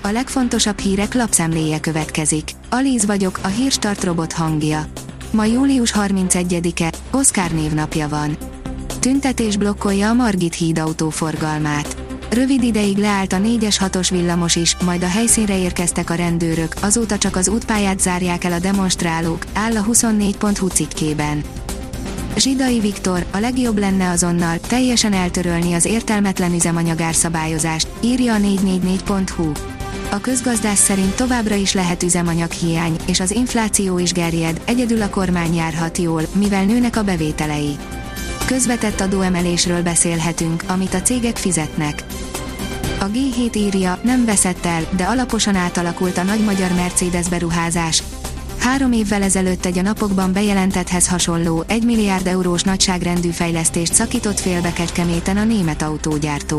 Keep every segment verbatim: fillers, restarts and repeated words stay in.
A legfontosabb hírek lapszemléje következik. Alíz vagyok, a Hírstart robot hangja. Ma július harmincegyedike, Oszkár névnapja van. Tüntetés blokkolja a Margit híd autóforgalmát. Rövid ideig leállt a négyes hatos villamos is, majd a helyszínre érkeztek a rendőrök, azóta csak az útpályát zárják el a demonstrálók, áll a huszonnégy pont hu cikkében. Zsidai Viktor, a legjobb lenne azonnal, teljesen eltörölni az értelmetlen üzemanyagárszabályozást, írja a négy négy négy pont hu. A közgazdász szerint továbbra is lehet üzemanyaghiány, és az infláció is gerjed, egyedül a kormány járhat jól, mivel nőnek a bevételei. Közvetett adóemelésről beszélhetünk, amit a cégek fizetnek. A gé hét írja, nem veszett el, de alaposan átalakult a nagy magyar Mercedes beruházás. Három évvel ezelőtt egy a napokban bejelentetthez hasonló, egy milliárd eurós nagyságrendű fejlesztést szakított félbe Kecskeméten a német autógyártó.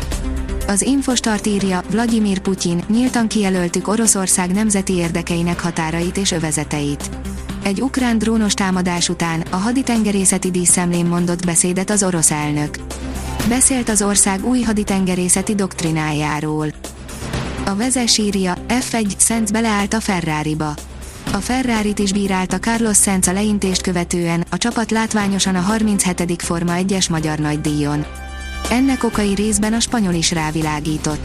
Az Infostart írja, Vladimir Putyin, nyíltan kijelöltük Oroszország nemzeti érdekeinek határait és övezeteit. Egy ukrán drónos támadás után a haditengerészeti díszemlén mondott beszédet az orosz elnök. Beszélt az ország új haditengerészeti doktrinájáról. A Vezes írja, ef egy, Sainz beleállt a Ferrariba. A Ferrarit is bírálta Carlos Sainz a leintést követően, a csapat látványosan a harminchetedik Forma egyes magyar nagydíjon. Ennek okai részben a spanyol is rávilágított.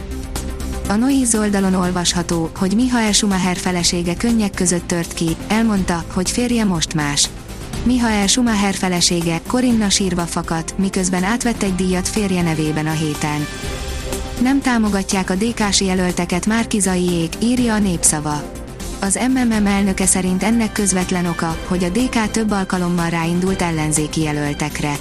A Noiz oldalon olvasható, hogy Michael Schumacher felesége könnyek között tört ki, elmondta, hogy férje most más. Michael Schumacher felesége, Corinna sírva fakadt, miközben átvett egy díjat férje nevében a héten. Nem támogatják a dé ká-s jelölteket Márki-Zaiék, írja a Népszava. Az em em em elnöke szerint ennek közvetlen oka, hogy a dé ká több alkalommal ráindult ellenzéki jelöltekre.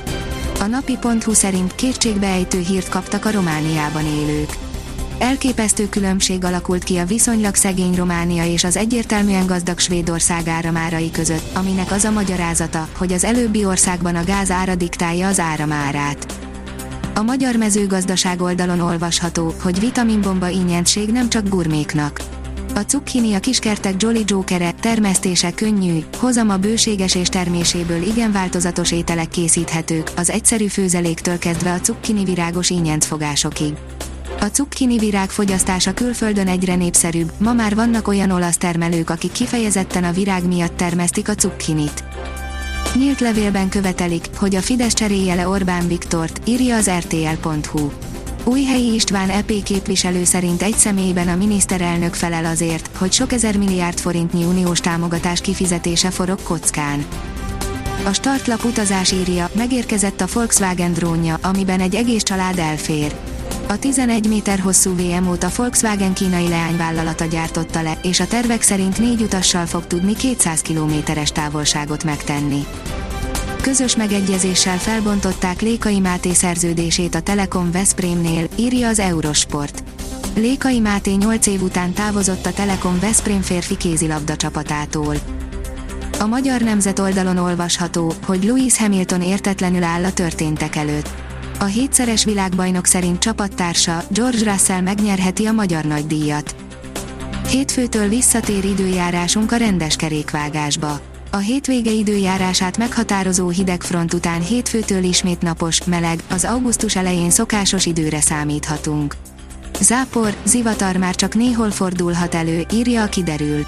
A napi pont hu szerint kétségbeejtő hírt kaptak a Romániában élők. Elképesztő különbség alakult ki a viszonylag szegény Románia és az egyértelműen gazdag Svédország áramárai között, aminek az a magyarázata, hogy az előbbi országban a gáz ára diktálja az áramárát. A magyar mezőgazdaság oldalon olvasható, hogy vitaminbomba ingyentség nem csak gurméknak. A cukkini a kiskertek Jolly Jokere, termesztése könnyű, hozama bőséges és terméséből igen változatos ételek készíthetők, az egyszerű főzeléktől kezdve a cukkini virágos ínyencfogásokig. A cukkini virág fogyasztása külföldön egyre népszerűbb, ma már vannak olyan olasz termelők, akik kifejezetten a virág miatt termesztik a cukkinit. Nyílt levélben követelik, hogy a Fidesz cserélje le Orbán Viktort, írja az er té el pont hu. Újhelyi István é pé képviselő szerint egy személyben a miniszterelnök felel azért, hogy sok ezer milliárd forintnyi uniós támogatás kifizetése forog kockán. A startlap utazás írja, megérkezett a Volkswagen drónja, amiben egy egész család elfér. A tizenegy méter hosszú vé em ót a Volkswagen kínai leányvállalata gyártotta le, és a tervek szerint négy utassal fog tudni kétszáz kilométeres távolságot megtenni. Közös megegyezéssel felbontották Lékai Máté szerződését a Telekom Veszprémnél, írja az Eurosport. Lékai Máté nyolc év után távozott a Telekom Veszprém férfi kézilabda csapatától. A Magyar Nemzet oldalon olvasható, hogy Lewis Hamilton értetlenül áll a történtek előtt. A hétszeres világbajnok szerint csapattársa, George Russell megnyerheti a magyar nagydíjat. Hétfőtől visszatér időjárásunk a rendes kerékvágásba. A hétvége időjárását meghatározó hideg front után hétfőtől ismét napos, meleg, az augusztus elején szokásos időre számíthatunk. Zápor, zivatar már csak néhol fordulhat elő, írja a Kiderül.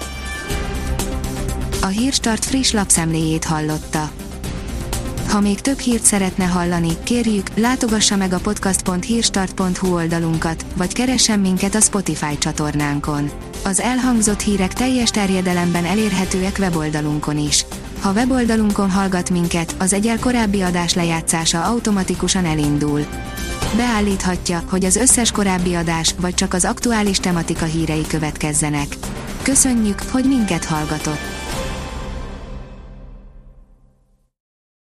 A Hírstart friss lapszemléjét hallotta. Ha még több hírt szeretne hallani, kérjük, látogassa meg a podcast pont hírstart pont hu oldalunkat, vagy keressen minket a Spotify csatornánkon. Az elhangzott hírek teljes terjedelemben elérhetőek weboldalunkon is. Ha weboldalunkon hallgat minket, az egyel korábbi adás lejátszása automatikusan elindul. Beállíthatja, hogy az összes korábbi adás, vagy csak az aktuális tematika hírei következzenek. Köszönjük, hogy minket hallgatott!